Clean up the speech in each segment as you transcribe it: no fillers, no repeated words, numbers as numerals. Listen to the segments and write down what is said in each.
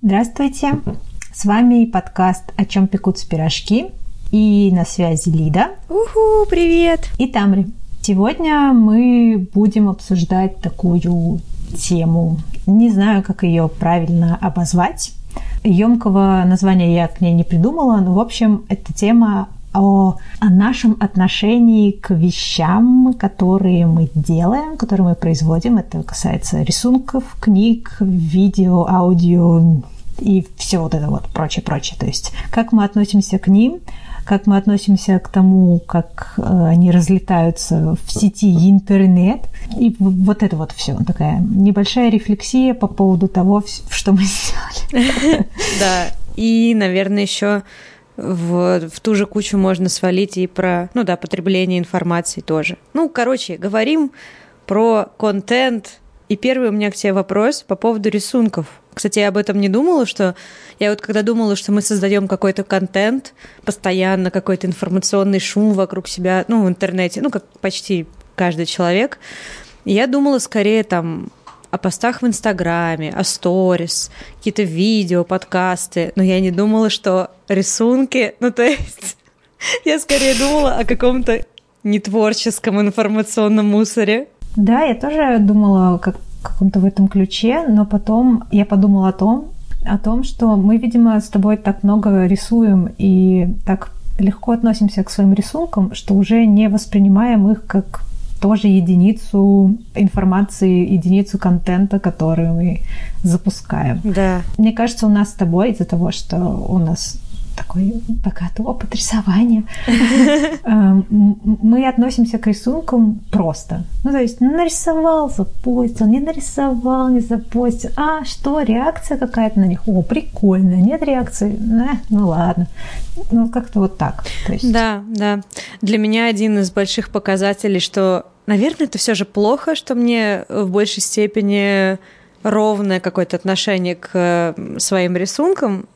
Здравствуйте! С вами подкаст «О чем пекутся пирожки». И на связи Лида. Уху, привет! И Тамри. Сегодня мы будем обсуждать такую тему. Не знаю, как ее правильно обозвать. Ёмкого названия я к ней не придумала, но, в общем, это тема о нашем отношении к вещам, которые мы делаем, которые мы производим. Это касается рисунков, книг, видео, аудио и все вот это вот прочее. То есть как мы относимся к ним, как мы относимся к тому, как они разлетаются в сети интернет. И вот это вот все. Такая небольшая рефлексия по поводу того, что мы сделали. Да, и, наверное, еще в ту же кучу можно свалить и про, потребление информации тоже. Говорим про контент. И первый у меня к тебе вопрос по поводу рисунков. Кстати, я об этом не думала, когда думала, что мы создаем какой-то контент, постоянно какой-то информационный шум вокруг себя, в интернете, как почти каждый человек, я думала скорее о постах в Инстаграме, о сторис, какие-то видео, подкасты, но я не думала, что рисунки, я скорее думала о каком-то нетворческом информационном мусоре. Да, я тоже думала о каком-то в этом ключе, но потом я подумала о том, что мы, видимо, с тобой так много рисуем и так легко относимся к своим рисункам, что уже не воспринимаем их как тоже единицу информации, единицу контента, который мы запускаем. Да. Мне кажется, у нас с тобой из-за того, что у нас такой богатый опыт рисования, мы относимся к рисункам просто. То есть нарисовал, запостил, не нарисовал, не запостил. А что, реакция какая-то на них? О, прикольно. Нет реакции? Ладно. Как-то вот так. То есть... Да. Для меня один из больших показателей, что, наверное, это все же плохо, что мне в большей степени ровное какое-то отношение к своим рисункам.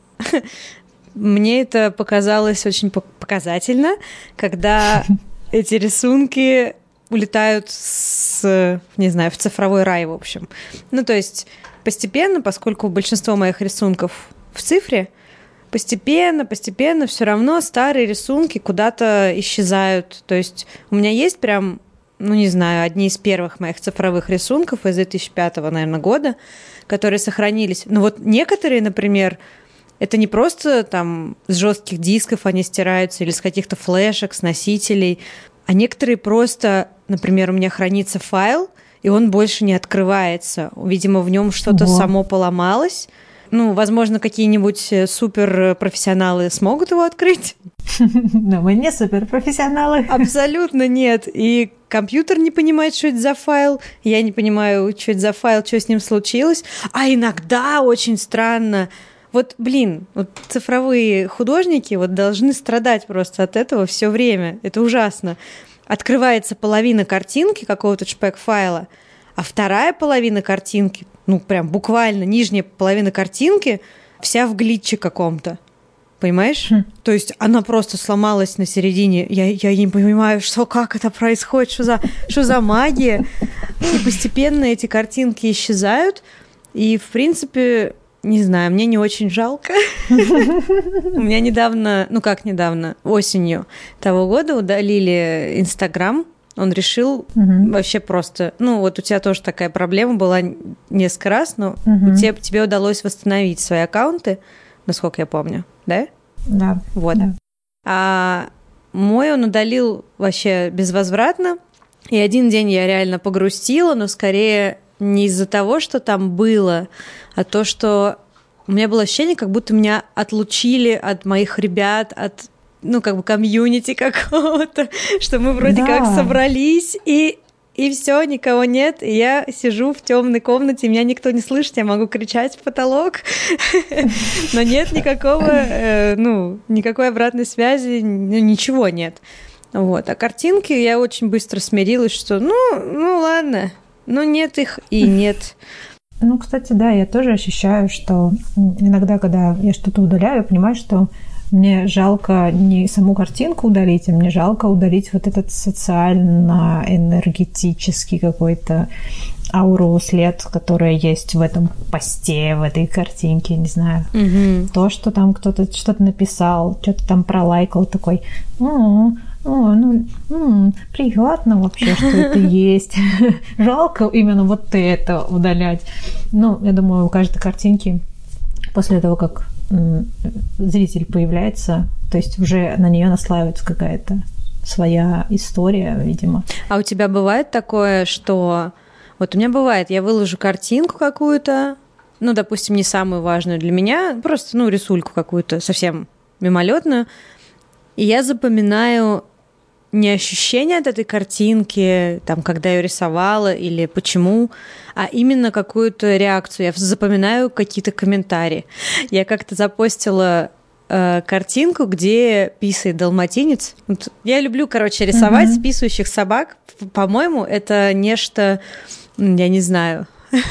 Мне это показалось очень показательно, когда эти рисунки улетают в цифровой рай, в общем. То есть постепенно, поскольку большинство моих рисунков в цифре, постепенно все равно старые рисунки куда-то исчезают. То есть у меня есть прям, одни из первых моих цифровых рисунков из 2005, наверное, года, которые сохранились. Но некоторые, например, это не просто с жестких дисков они стираются или с каких-то флешек, с носителей, а некоторые просто, например, у меня хранится файл, и он больше не открывается. Видимо, в нем что-то само поломалось. Возможно, какие-нибудь суперпрофессионалы смогут его открыть. Но мы не суперпрофессионалы. Абсолютно нет. И компьютер не понимает, что это за файл. Я не понимаю, что это за файл, что с ним случилось. А иногда очень странно. Цифровые художники должны страдать просто от этого все время. Это ужасно. Открывается половина картинки какого-то шпек-файла, а вторая половина картинки, прям буквально нижняя половина картинки, вся в глитче каком-то. Понимаешь? То есть она просто сломалась на середине. Я не понимаю, как это происходит, что за магия. И постепенно эти картинки исчезают. И, в принципе... Не знаю, мне не очень жалко. У меня недавно, осенью того года удалили Инстаграм. Он решил вообще просто... у тебя тоже такая проблема была несколько раз, но тебе удалось восстановить свои аккаунты, насколько я помню, да? Да. Вот. Да. А мой он удалил вообще безвозвратно. И один день я реально погрустила, но скорее... не из-за того, что там было, а то, что у меня было ощущение, как будто меня отлучили от моих ребят, от, комьюнити какого-то, что мы вроде как собрались, и все, никого нет, и я сижу в темной комнате, меня никто не слышит, я могу кричать в потолок, но нет никакой обратной связи, ничего нет. А картинки я очень быстро смирилась, что ладно, нет их и нет. Кстати, да, я тоже ощущаю, что иногда, когда я что-то удаляю, я понимаю, что мне жалко не саму картинку удалить, а мне жалко удалить вот этот социально-энергетический какой-то ауру, след, которая есть в этом посте, в этой картинке, не знаю. То, что там кто-то что-то написал, что-то там пролайкал, такой, приятно вообще, что это есть. Жалко именно вот это удалять. Ну, я думаю, у каждой картинки после того, как зритель появляется, то есть уже на нее наслаивается какая-то своя история, видимо. А у тебя бывает такое, что... Вот у меня бывает, я выложу картинку какую-то, ну, допустим, не самую важную для меня, просто, ну, рисульку какую-то совсем мимолетную, и я запоминаю не ощущение от этой картинки, там, когда я ее рисовала или почему, а именно какую-то реакцию. Я запоминаю какие-то комментарии. Я как-то запостила картинку, где писает далматинец. Вот я люблю, короче, рисовать писающих собак. По-моему, это нечто, я не знаю,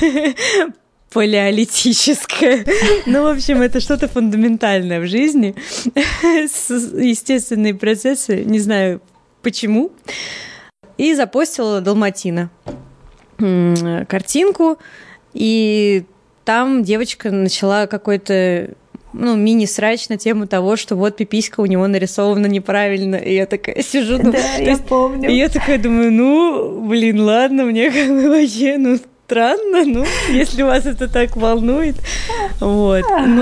палеолитическое. Ну, в общем, это что-то фундаментальное в жизни. Естественные процессы, не знаю почему. И запостила далматина картинку, и там девочка начала какой-то мини-срач на тему того, что вот пиписька у него нарисована неправильно. И я такая сижу, да, я помню. И я такая думаю, ладно, мне как бы вообще, странно, если вас это так волнует. Вот,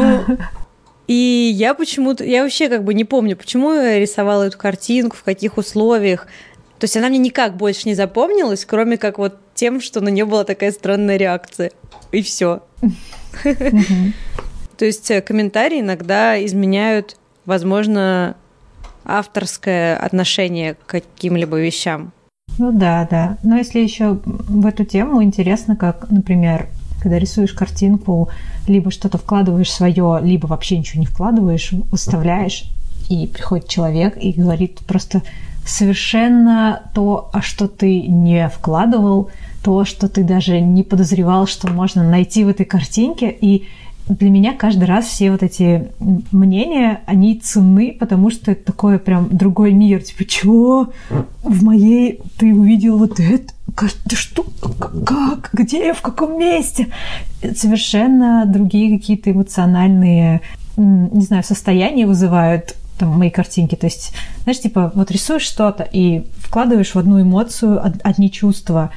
и я вообще как бы не помню, почему я рисовала эту картинку, в каких условиях. То есть она мне никак больше не запомнилась, кроме как вот тем, что на нее была такая странная реакция. И все. То есть комментарии иногда изменяют, возможно, авторское отношение к каким-либо вещам. Ну да. Но если еще в эту тему интересно, как, например, когда рисуешь картинку, либо что-то вкладываешь свое, либо вообще ничего не вкладываешь, выставляешь, и приходит человек и говорит просто совершенно то, что ты не вкладывал, то, что ты даже не подозревал, что можно найти в этой картинке. И для меня каждый раз все вот эти мнения, они ценны, потому что это такой прям другой мир. Типа, чего? В моей ты увидел вот это? Ты что? Как? Где? В каком месте? Совершенно другие какие-то эмоциональные, не знаю, состояния вызывают там мои картинки. То есть, знаешь, типа, вот рисуешь что-то и вкладываешь в одну эмоцию одни чувства,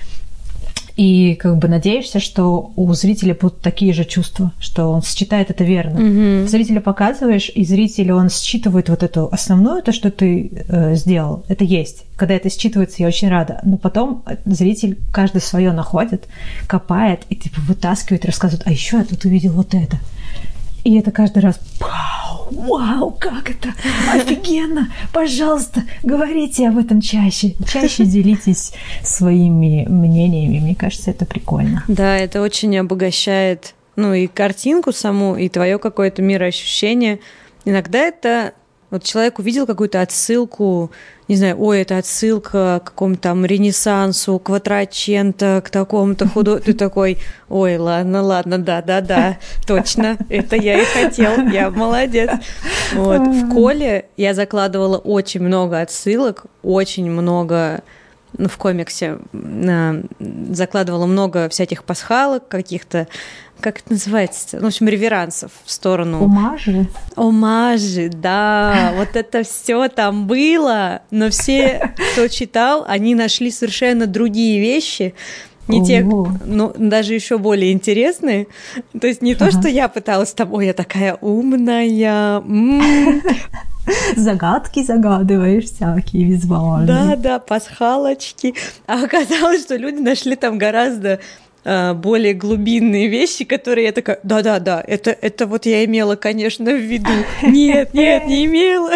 и как бы надеешься, что у зрителя будут такие же чувства, что он считает это верно. Зрителю показываешь, и зритель, он считывает вот эту основную, то, что ты сделал. Это есть. Когда это считывается, я очень рада. Но потом зритель каждый свое находит, копает и типа вытаскивает, рассказывает, а еще я тут увидел вот это. И это каждый раз вау, как это офигенно! Пожалуйста, говорите об этом чаще. Чаще делитесь своими мнениями. Мне кажется, это прикольно. Да, это очень обогащает, и картинку саму, и твое какое-то мироощущение. Иногда это... Вот человек увидел какую-то отсылку, не знаю, это отсылка к какому-то там Ренессансу, Кватраченто, к такому-то художнику. Ты такой, ладно, да, точно, это я и хотел, я молодец. Вот. В Коле я закладывала очень много отсылок, очень много... в комиксе закладывала много всяких пасхалок, каких-то, как это называется? В общем, реверансов в сторону... Омажи, да. Вот это все там было, но все, кто читал, они нашли совершенно другие вещи, не те, даже еще более интересные. То есть не то, что я пыталась там, я такая умная, Загадки загадываешь всякие визуальные. Да, пасхалочки. А оказалось, что люди нашли там гораздо более глубинные вещи, которые я такая, да, это вот я имела, конечно, в виду. Нет, не имела.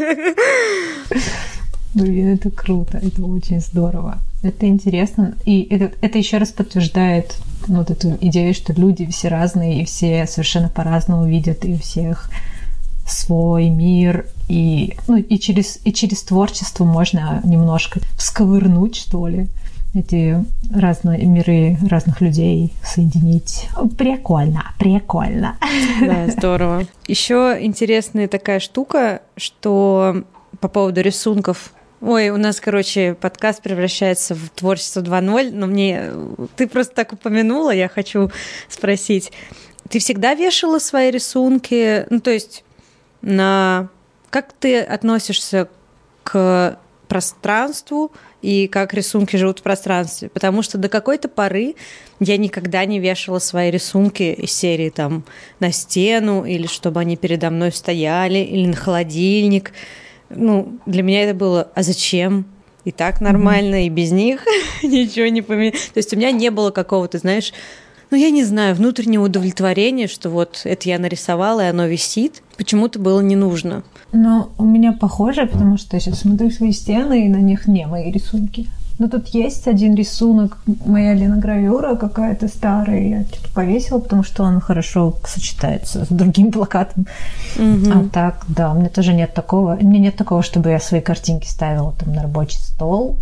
Блин, это круто, это очень здорово. Это интересно. И это еще раз подтверждает вот эту идею, что люди все разные, и все совершенно по-разному видят, и у всех свой мир, и через творчество можно немножко всковырнуть, что ли, эти разные миры разных людей соединить. Прикольно. Да, здорово. Еще интересная такая штука, что по поводу рисунков Ой, у нас, короче, подкаст превращается в творчество 2.0, но ты просто так упомянула, я хочу спросить. Ты всегда вешала свои рисунки? Ну, то есть, как ты относишься к пространству и как рисунки живут в пространстве? Потому что до какой-то поры я никогда не вешала свои рисунки из серии там на стену, или чтобы они передо мной стояли, или на холодильник. Ну, для меня это было, а зачем? И так нормально, и без них ничего не поменялось. То есть у меня не было какого-то, знаешь, я не знаю, внутреннего удовлетворения, что вот это я нарисовала, и оно висит. Почему-то было не нужно. Ну, у меня похоже, потому что я сейчас смотрю свои стены, и на них не мои рисунки. Но тут есть один рисунок, моя линогравюра какая-то старая, я что-то повесила, потому что он хорошо сочетается с другим плакатом. А так, да, у меня тоже нет такого. У меня нет такого, чтобы я свои картинки ставила там на рабочий стол.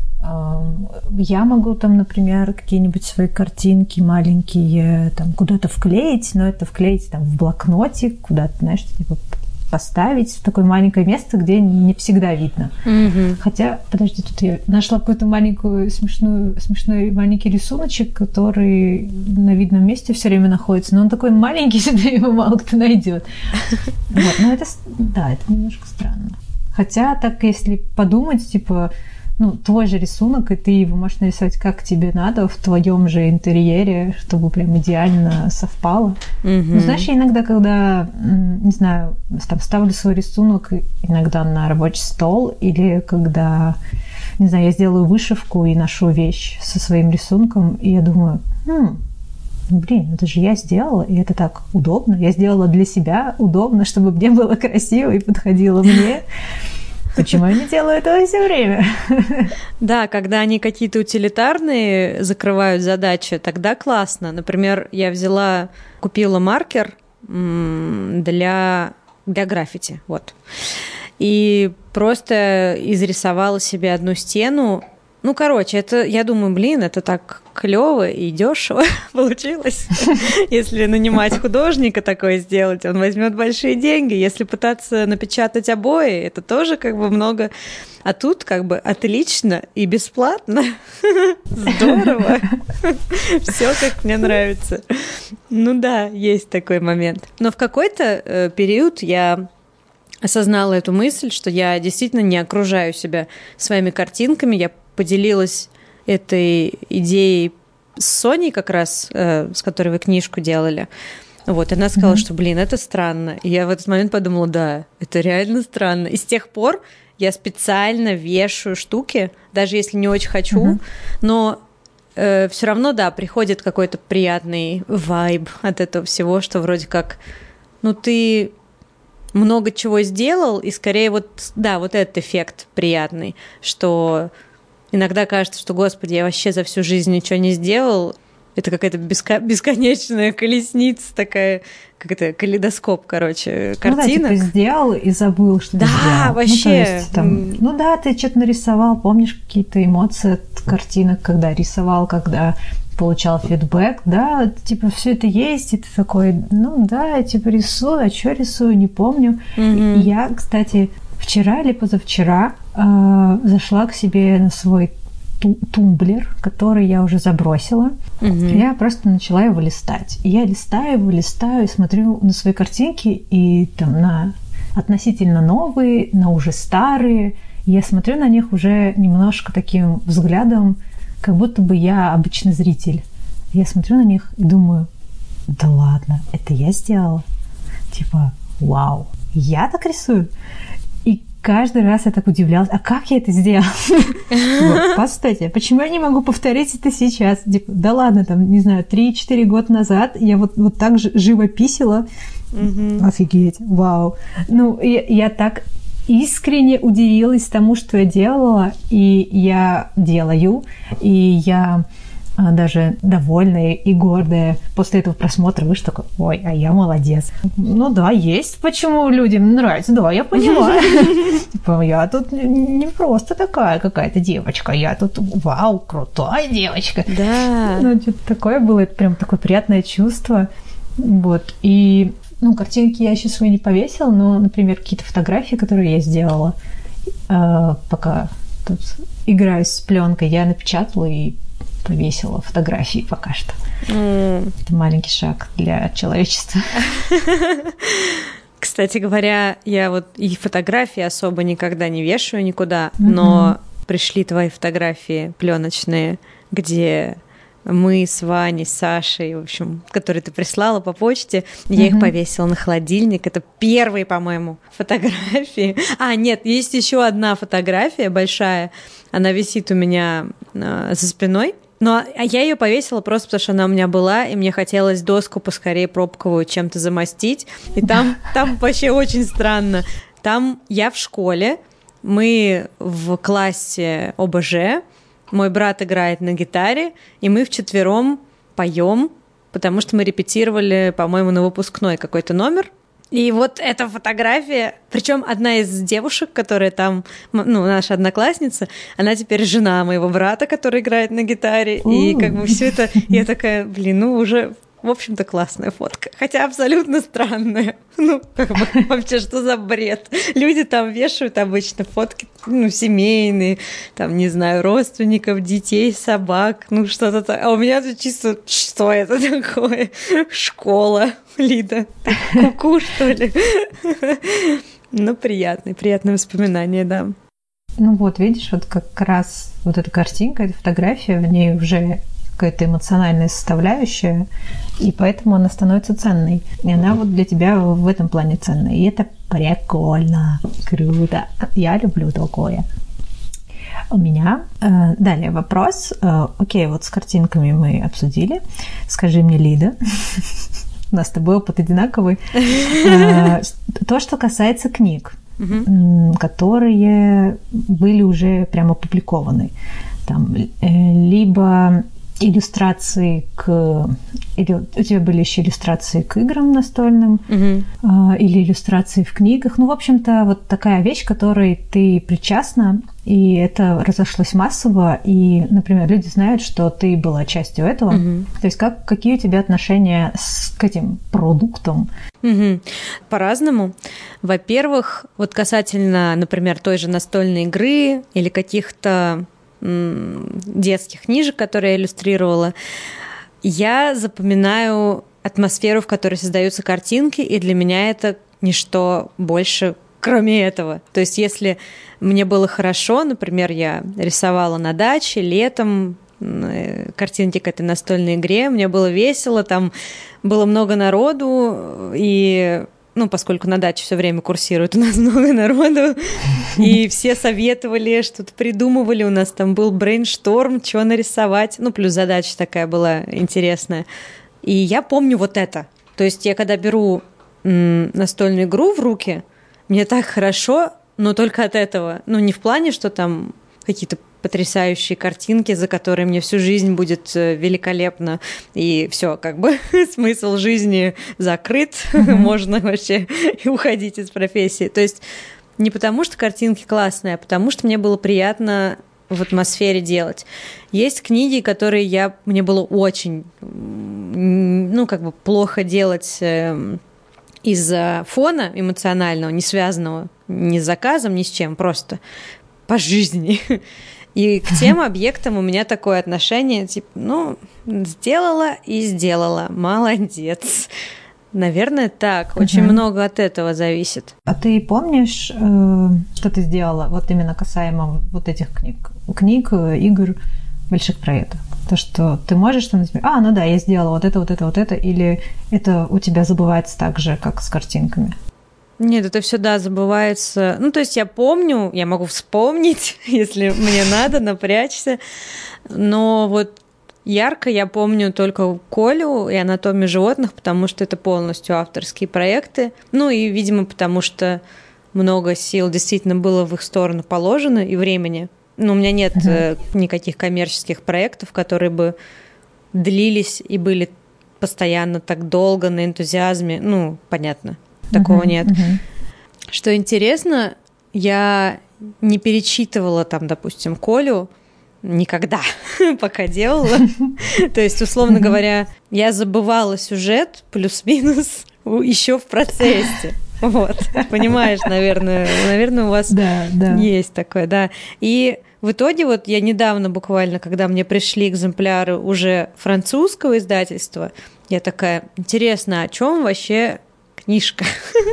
Я могу там, например, какие-нибудь свои картинки маленькие там куда-то вклеить, но это вклеить там в блокнотик, куда-то, знаешь, типа поставить в такое маленькое место, где не всегда видно. Хотя, подожди, тут я нашла какой-то смешной маленький рисуночек, который на видном месте все время находится, но он такой маленький, что его мало кто найдет. Вот. Но это немножко странно. Хотя, так если подумать, типа, твой же рисунок, и ты его можешь нарисовать как тебе надо, в твоем же интерьере, чтобы прям идеально совпало. Знаешь, я иногда, когда, не знаю, там ставлю свой рисунок иногда на рабочий стол, или когда, не знаю, я сделаю вышивку и ношу вещь со своим рисунком, и я думаю, это же я сделала, и это так удобно. Я сделала для себя удобно, чтобы мне было красиво и подходило мне. Почему я не делаю этого все время? Да, когда они какие-то утилитарные закрывают задачи, тогда классно. Например, я купила маркер для граффити, вот. И просто изрисовала себе одну стену. Я думаю, это так клево и дешево получилось. Если нанимать художника такое сделать, он возьмет большие деньги. Если пытаться напечатать обои, это тоже много. А тут отлично и бесплатно. Здорово. Все как мне нравится. Есть такой момент. Но в какой-то период я осознала эту мысль, что я действительно не окружаю себя своими картинками. Я поделилась этой идеей с Соней как раз, с которой вы книжку делали. Вот, она сказала, что, это странно. И я в этот момент подумала, да, это реально странно. И с тех пор я специально вешаю штуки, даже если не очень хочу, но все равно, да, приходит какой-то приятный вайб от этого всего, что вроде как, ты много чего сделал, и скорее вот этот эффект приятный, что иногда кажется, что, господи, я вообще за всю жизнь ничего не сделал. Это какая-то бесконечная колесница такая, как это, калейдоскоп, картинок. Сделал и забыл, что ты сделал. Да, вообще. Ты что-то нарисовал, помнишь какие-то эмоции от картинок, когда рисовал, когда получал фидбэк, да, все это есть, и ты такой, я рисую, а что рисую, не помню. Я, кстати, вчера или позавчера зашла к себе на свой тумблер, который я уже забросила. Я просто начала его листать. И я листаю, и смотрю на свои картинки, и там на относительно новые, на уже старые. И я смотрю на них уже немножко таким взглядом, как будто бы я обычный зритель. Я смотрю на них и думаю, да ладно, это я сделала? Вау, я так рисую? И каждый раз я так удивлялась, а как я это сделала? Постойте, почему я не могу повторить это сейчас? Да ладно, 3-4 года назад я вот так же живописила. Офигеть, вау. Я так искренне удивилась тому, что я делала, и я делаю, и я даже довольная и гордая после этого просмотра вышла такой, ой, а я молодец. Есть почему людям нравится, да, я понимаю. Я тут не просто такая какая-то девочка, я тут, вау, крутая девочка. Да. Что-то такое было, это прям такое приятное чувство. Вот, и картинки я еще свои не повесила, но, например, какие-то фотографии, которые я сделала, пока тут играюсь с пленкой, я напечатала и повесила фотографии пока что. Это маленький шаг для человечества. Кстати говоря, я вот и фотографии особо никогда не вешаю никуда, но пришли твои фотографии пленочные, где мы с Ваней, с Сашей, в общем, которые ты прислала по почте, я их повесила на холодильник. Это первые, по-моему, фотографии. Нет, есть еще одна фотография большая, она висит у меня за спиной. Но я ее повесила просто потому, что она у меня была, и мне хотелось доску поскорее пробковую чем-то замостить. И там вообще очень странно. Там я в школе, мы в классе ОБЖ, мой брат играет на гитаре, и мы вчетвером поем, потому что мы репетировали, по-моему, на выпускной какой-то номер. И вот эта фотография, причем одна из девушек, которая там, наша одноклассница, она теперь жена моего брата, который играет на гитаре, и как бы все это, я такая, уже, в общем-то, классная фотка, хотя абсолютно странная, вообще, что за бред? Люди там вешают обычно фотки, семейные, там, не знаю, родственников, детей, собак, что-то так, а у меня тут чисто, что это такое? Школа, Лида, ку-ку, что ли? Приятные воспоминания, да. Видишь, вот как раз вот эта картинка, эта фотография, в ней уже какая-то эмоциональная составляющая, и поэтому она становится ценной. И она вот для тебя в этом плане ценная. И это прикольно, круто. Я люблю такое. У меня далее вопрос. Окей, вот с картинками мы обсудили. Скажи мне, Лида, у нас с тобой опыт одинаковый. То, что касается книг, которые были уже прямо опубликованы. Там, либо иллюстрации или у тебя были еще иллюстрации к играм настольным, или иллюстрации в книгах. В общем-то, вот такая вещь, к которой ты причастна, и это разошлось массово, и, например, люди знают, что ты была частью этого. То есть какие у тебя отношения к этим продуктам? По-разному. Во-первых, вот касательно, например, той же настольной игры или каких-то детских книжек, которые я иллюстрировала, я запоминаю атмосферу, в которой создаются картинки, и для меня это ничто больше, кроме этого. То есть если мне было хорошо, например, я рисовала на даче летом картинки к этой настольной игре, мне было весело, там было много народу, и поскольку на даче все время курсирует у нас много народу, и все советовали, что-то придумывали, у нас там был брейншторм, что нарисовать, плюс задача такая была интересная. И я помню вот это. То есть я когда беру настольную игру в руки, мне так хорошо, но только от этого. Не в плане, что там какие-то потрясающие картинки, за которые мне всю жизнь будет великолепно, и все, смысл жизни закрыт, можно вообще уходить из профессии. То есть не потому, что картинки классные, а потому, что мне было приятно в атмосфере делать. Есть книги, которые мне было очень, плохо делать из-за фона эмоционального, не связанного ни с заказом, ни с чем, просто по жизни. И к тем объектам у меня такое отношение, сделала и сделала, молодец. Наверное, так. Очень много от этого зависит. А ты помнишь, что ты сделала вот именно касаемо вот этих книг, игр, больших проектов? То, что ты можешь там, я сделала вот это, или это у тебя забывается так же, как с картинками? Нет, это все, забывается. То есть я помню, я могу вспомнить, если мне надо, напрячься. Но вот ярко я помню только Колю и «Анатомию животных», потому что это полностью авторские проекты. И, видимо, потому что много сил действительно было в их сторону положено и времени. У меня нет никаких коммерческих проектов, которые бы длились и были постоянно так долго на энтузиазме. Понятно. Такого нет. Что интересно, я не перечитывала там, допустим, Колю никогда, пока делала. То есть, условно говоря, я забывала сюжет плюс-минус еще в процессе. Вот, понимаешь, наверное, у вас есть такое, да. И в итоге вот я недавно буквально, когда мне пришли экземпляры уже французского издательства, я такая, интересно, о чем вообще книжка?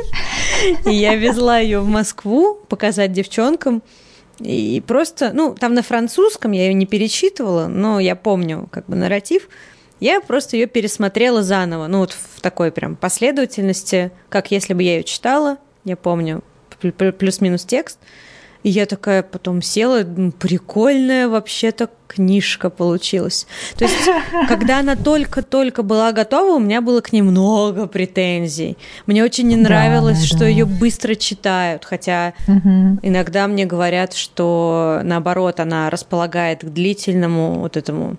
И я везла ее в Москву показать девчонкам, и просто, там на французском я ее не перечитывала, но я помню как бы нарратив, я просто ее пересмотрела заново, вот в такой прям последовательности, как если бы я ее читала, я помню плюс-минус текст, и я такая потом села, прикольная вообще-то книжка получилась. То есть, когда она только-только была готова, у меня было к ней много претензий. Мне очень не нравилось, что ее быстро читают, хотя иногда мне говорят, что наоборот, она располагает к длительному вот этому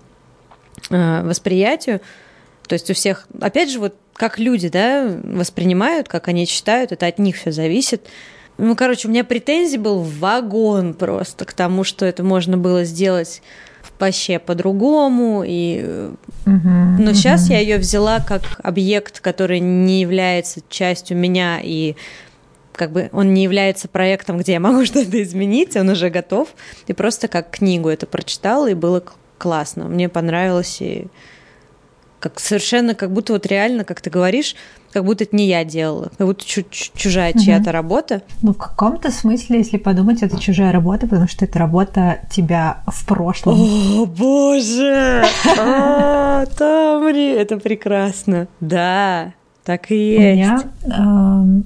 восприятию. То есть у всех, опять же, вот как люди, да, воспринимают, как они читают, это от них все зависит. У меня претензий был вагон просто к тому, что это можно было сделать вообще по-другому. Но сейчас я ее взяла как объект, который не является частью меня, и как бы он не является проектом, где я могу что-то изменить, он уже готов. И просто как книгу это прочитала, и было классно. Мне понравилось, и совершенно как будто вот реально, как ты говоришь, как будто это не я делала, как будто чужая чья-то работа. В каком-то смысле, если подумать, это чужая работа, потому что это работа тебя в прошлом. О, боже! Тамри, это прекрасно. Да, так и есть. У меня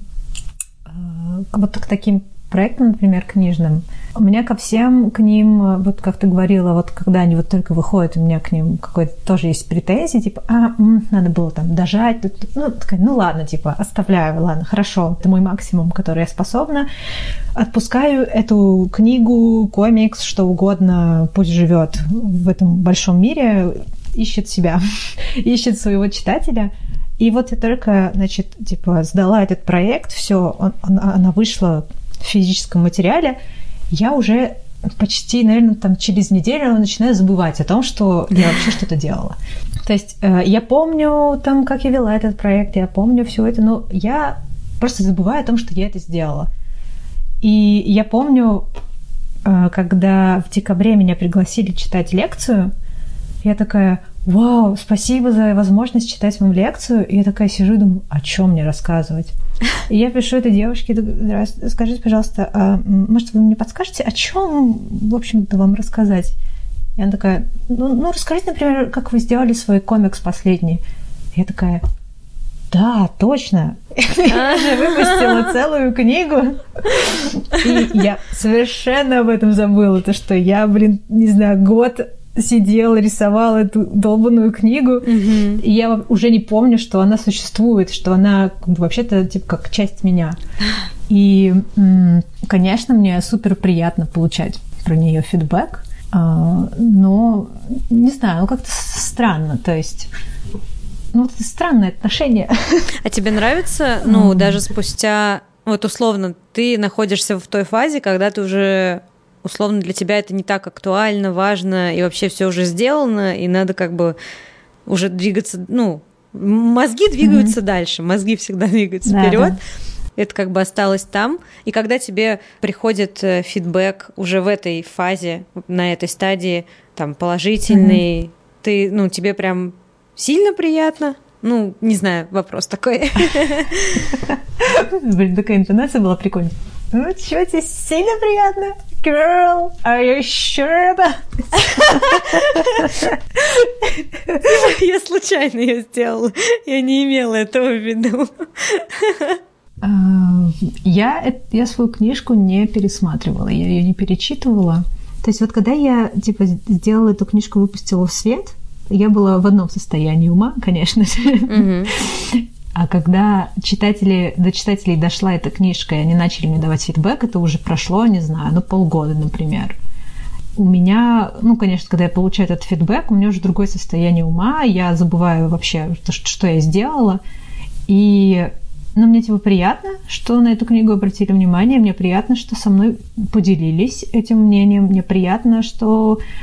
вот к таким проектам, например, книжным, у меня ко всем к ним, вот как ты говорила, вот когда они вот только выходят, у меня к ним какой-то тоже есть претензии, типа, надо было там дожать, такая, ладно, типа, оставляю, ладно, хорошо, это мой максимум, который я способна, отпускаю эту книгу, комикс, что угодно, пусть живет в этом большом мире, ищет себя, ищет своего читателя. И вот я только, значит, типа, сдала этот проект, все, она вышла в физическом материале, я уже почти, наверное, там через неделю начинаю забывать о том, что я вообще что-то делала. То есть я помню, там, как я вела этот проект, я помню все это, но я просто забываю о том, что я это сделала. И я помню, когда в декабре меня пригласили читать лекцию, я такая, вау, спасибо за возможность читать вам лекцию. И я такая сижу и думаю, о чем мне рассказывать? И я пишу этой девушке, скажите, пожалуйста, может, вы мне подскажете, о чем, в общем-то, вам рассказать? И она такая, расскажите, например, как вы сделали свой комикс последний. И я такая, да, точно. Я же выпустила целую книгу. И я совершенно об этом забыла, то, что я, не знаю, год сидела, рисовала эту долбанную книгу, и я уже не помню, что она существует, что она вообще-то типа как часть меня. И, конечно, мне супер приятно получать про нее фидбэк, но, не знаю, как-то странно, то есть это странное отношение. А тебе нравится, даже спустя, вот условно, ты находишься в той фазе, когда ты уже условно для тебя это не так актуально, важно, и вообще все уже сделано, и надо как бы уже двигаться, мозги двигаются дальше, мозги всегда двигаются вперед. Да. Это как бы осталось там. И когда тебе приходит фидбэк уже в этой фазе, на этой стадии, там, положительный, ты, тебе прям сильно приятно? Не знаю, вопрос такой. Блин, такая интонация была прикольная. Чего тебе сильно приятно? Girl, are you sure about this? Я случайно ее сделала. Я не имела этого в виду. Я свою книжку не пересматривала, я ее не перечитывала. То есть вот когда я сделала эту книжку, выпустила в свет, я была в одном состоянии ума, конечно же. А когда до читателей дошла эта книжка, и они начали мне давать фидбэк, это уже прошло, не знаю, полгода, например. У меня, конечно, когда я получаю этот фидбэк, у меня уже другое состояние ума, я забываю вообще, что я сделала. И мне приятно, что на эту книгу обратили внимание, мне приятно, что со мной поделились этим мнением, мне приятно, что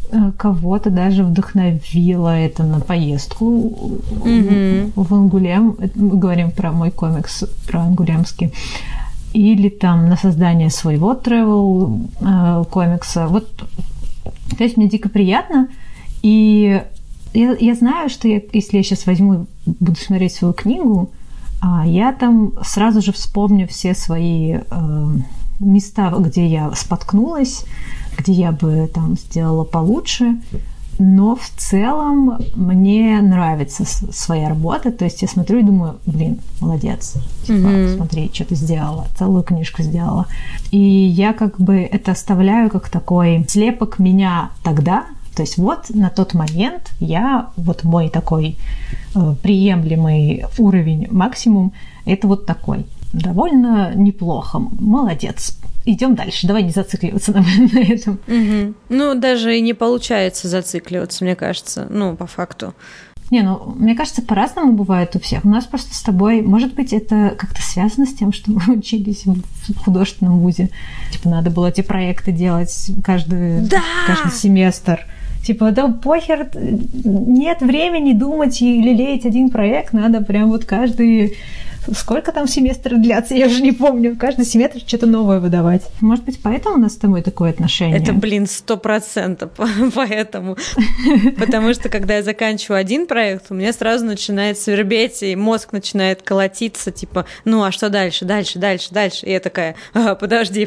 кого-то даже вдохновило это на поездку в Ангулем. Мы говорим про мой комикс, про ангулемский. Или там на создание своего travel комикса. Вот, то есть мне дико приятно. И я знаю, что если я сейчас возьму, буду смотреть свою книгу, я там сразу же вспомню все свои места, где я споткнулась, где я бы там сделала получше. Но в целом мне нравится своя работа. То есть я смотрю и думаю, молодец. Смотри, что ты сделала. Целую книжку сделала. И я как бы это оставляю как такой слепок меня тогда. То есть вот на тот момент вот мой такой приемлемый уровень максимум, это вот такой. Довольно неплохо. Молодец. Идем дальше. Давай не зацикливаться на этом. Ну, даже и не получается зацикливаться, мне кажется. Ну, по факту. Мне кажется, по-разному бывает у всех. У нас просто с тобой, может быть, это как-то связано с тем, что мы учились в художественном вузе. Типа, надо было эти проекты делать каждый семестр. Типа, да похер, нет времени думать и лелеять один проект, надо прям вот каждый... Сколько там семестров длятся, я уже не помню. Каждый семестр что-то новое выдавать. Может быть, поэтому у нас с тобой такое отношение? Это, 100% поэтому. Потому что, когда я заканчиваю один проект, у меня сразу начинает свербеть, и мозг начинает колотиться, типа, а что дальше? И я такая, подожди.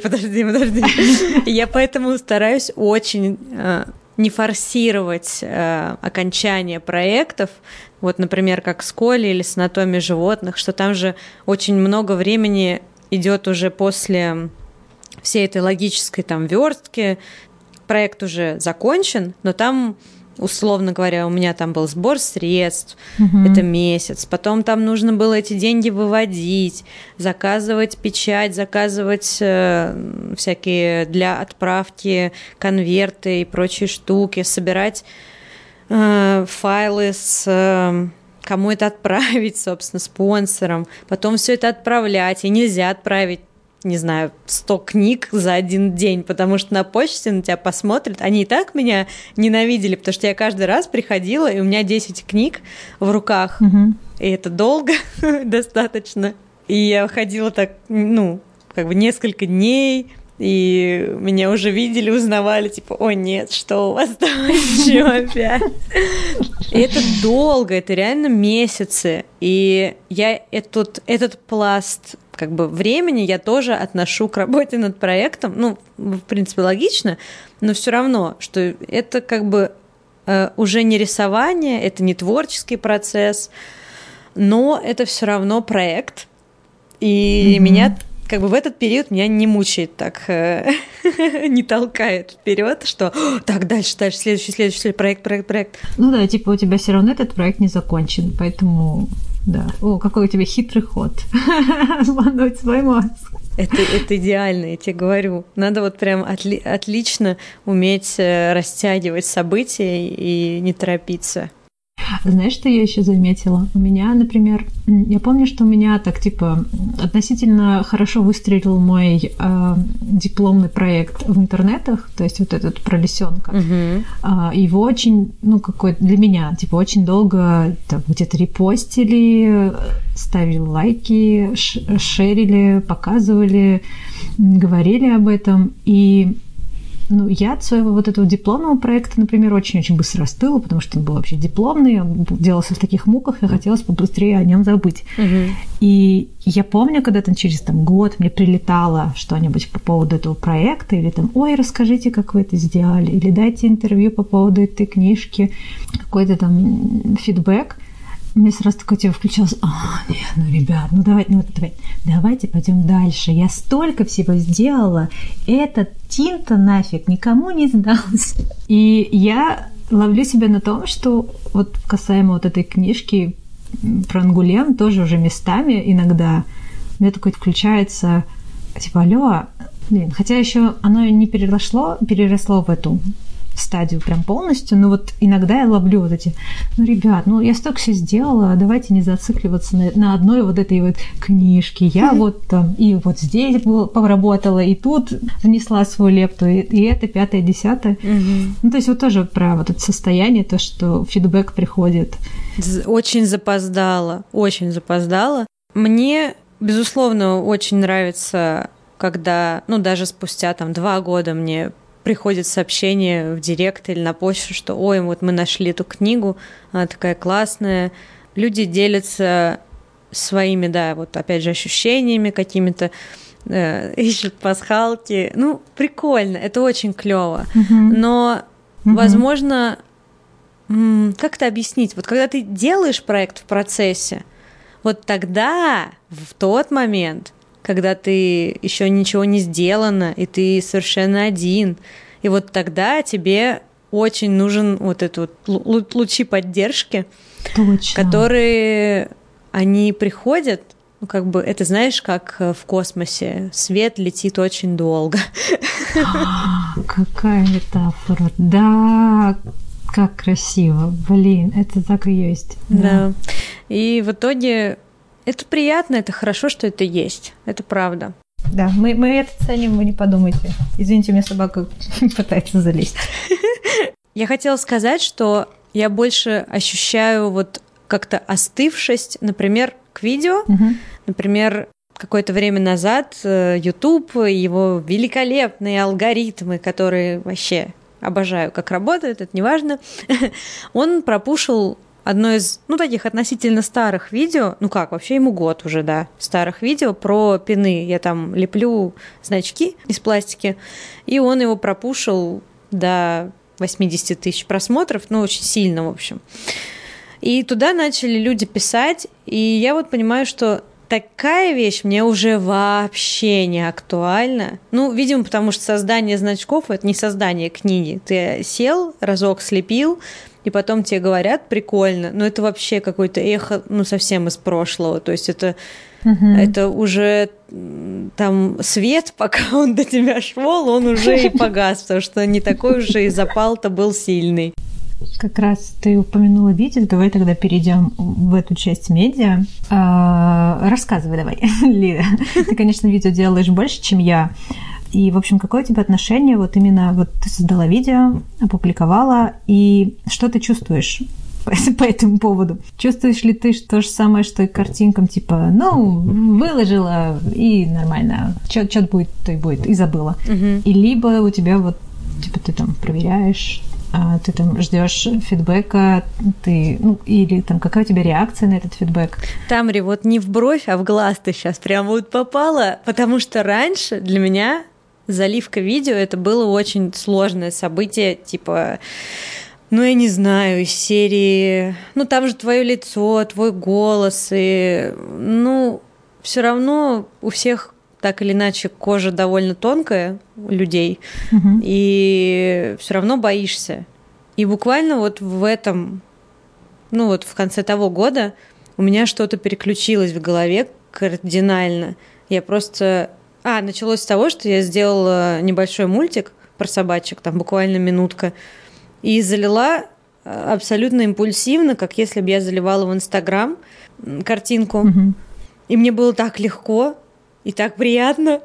И я поэтому стараюсь очень... не форсировать окончание проектов, вот, например, как с Колей или с анатомией животных, что там же очень много времени идет уже после всей этой логической там верстки. Проект уже закончен, но там, условно говоря, у меня там был сбор средств, это месяц, потом там нужно было эти деньги выводить, заказывать печать, заказывать всякие для отправки конверты и прочие штуки, собирать файлы с кому это отправить, собственно, спонсорам, потом все это отправлять, и нельзя отправить, не знаю, 100 книг за один день, потому что на почте на тебя посмотрят. Они и так меня ненавидели, потому что я каждый раз приходила, и у меня 10 книг в руках, и это долго достаточно. И я ходила так, несколько дней, и меня уже видели, узнавали, типа, о нет, что у вас там еще опять? И это долго, это реально месяцы. И я этот пласт времени я тоже отношу к работе над проектом. В принципе, логично, но все равно, что это уже не рисование, это не творческий процесс, но это все равно проект. И меня в этот период меня не мучает так, не толкает вперед, что так, дальше, следующий проект. У тебя все равно этот проект не закончен, поэтому, да. О, какой у тебя хитрый ход. Обмануть свой мозг. Это идеально, я тебе говорю. Надо вот прям отлично уметь растягивать события и не торопиться. Знаешь, что я еще заметила? У меня, например, я помню, что у меня относительно хорошо выстрелил мой дипломный проект в интернетах, то есть вот этот про лисенка. Его очень, для меня, очень долго где-то репостили, ставили лайки, шерили, показывали, говорили об этом. И я от своего вот этого дипломного проекта, например, очень-очень быстро остыла, потому что он был вообще дипломный, он делался в таких муках, и хотелось побыстрее о нем забыть. И я помню, когда через год мне прилетало что-нибудь по поводу этого проекта, или ой, расскажите, как вы это сделали, или дайте интервью по поводу этой книжки, какой-то фидбэк. У меня сразу такое включалось, ребят, давайте пойдем дальше. Я столько всего сделала, этот Тим-то нафиг никому не сдался. И я ловлю себя на том, что вот касаемо вот этой книжки про Ангулем, тоже уже местами иногда у меня такое включается, алло, хотя еще оно не переросло в эту стадию прям полностью, но вот иногда я ловлю вот эти, ну, ребят, ну, я столько все сделала, давайте не зацикливаться на одной вот этой вот книжке. Я вот там и вот здесь поработала, и тут внесла свою лепту, и это, пятое, десятое. Ну, то есть вот тоже про вот это состояние, то, что фидбэк приходит. Очень запоздало, очень запоздало. Мне, безусловно, очень нравится, когда, ну, даже спустя там 2 года мне приходит сообщение в директ или на почту, что ой, вот мы нашли эту книгу, она такая классная. Люди делятся своими, да, вот опять же ощущениями какими-то, ищут пасхалки. Ну, прикольно, это очень клево. Но, возможно, как это объяснить? Вот когда ты делаешь проект в процессе, вот тогда, в тот момент, когда ты еще ничего не сделано, и ты совершенно один. И вот тогда тебе очень нужен вот этот вот лучи поддержки, Точно. которые они приходят, ну, как бы, это знаешь, как в космосе свет летит очень долго. Какая метафора. Да, как красиво. Блин, это так и есть. Да. И в итоге это приятно, это хорошо, что это есть. Это правда. Да, мы это ценим, вы не подумайте. Извините, у меня собака пытается залезть. Я хотела сказать, что я больше ощущаю вот как-то остывшесть, например, к видео. Например, какое-то время назад YouTube, его великолепные алгоритмы, которые вообще обожаю, как работают, это неважно, он пропушил одно из, ну, таких относительно старых видео, ну как, вообще ему год уже, да, старых видео про пины. Я там леплю значки из пластики, и он его пропушил до 80 тысяч просмотров, ну, очень сильно, в общем. И туда начали люди писать, и я вот понимаю, что такая вещь мне уже вообще не актуальна. Ну, видимо, потому что создание значков – это не создание книги. Ты сел, разок слепил, и потом тебе говорят прикольно, но это вообще какое-то эхо, ну, совсем из прошлого. То есть это уже там свет, пока он до тебя шел, он уже и погас, потому что не такой уже и запал-то был сильный. Как раз ты упомянула видео, давай тогда перейдем в эту часть медиа. Рассказывай давай, Лида. Ты, конечно, видео делаешь больше, чем я. И, в общем, какое у тебя отношение вот именно, вот ты создала видео, опубликовала, и что ты чувствуешь по этому поводу? Чувствуешь ли ты то же самое, что и к картинкам, типа, ну, выложила, и нормально, что-то будет, то и будет, и забыла. И либо у тебя вот, типа, ты там проверяешь, ты там ждешь фидбэка, ты, ну, или там какая у тебя реакция на этот фидбэк? Тамри, вот не в бровь, а в глаз ты сейчас прям вот попала, потому что раньше для меня заливка видео это было очень сложное событие, типа, ну, я не знаю, из серии, ну, там же твое лицо, твой голос, и, ну, все равно у всех так или иначе кожа довольно тонкая у людей, и все равно боишься. И буквально вот в этом, ну вот в конце того года у меня что-то переключилось в голове кардинально. Я просто... началось с того, что я сделала небольшой мультик про собачек, там буквально минутка, и залила абсолютно импульсивно, как если бы я заливала в Инстаграм картинку. И мне было так легко, и так приятно.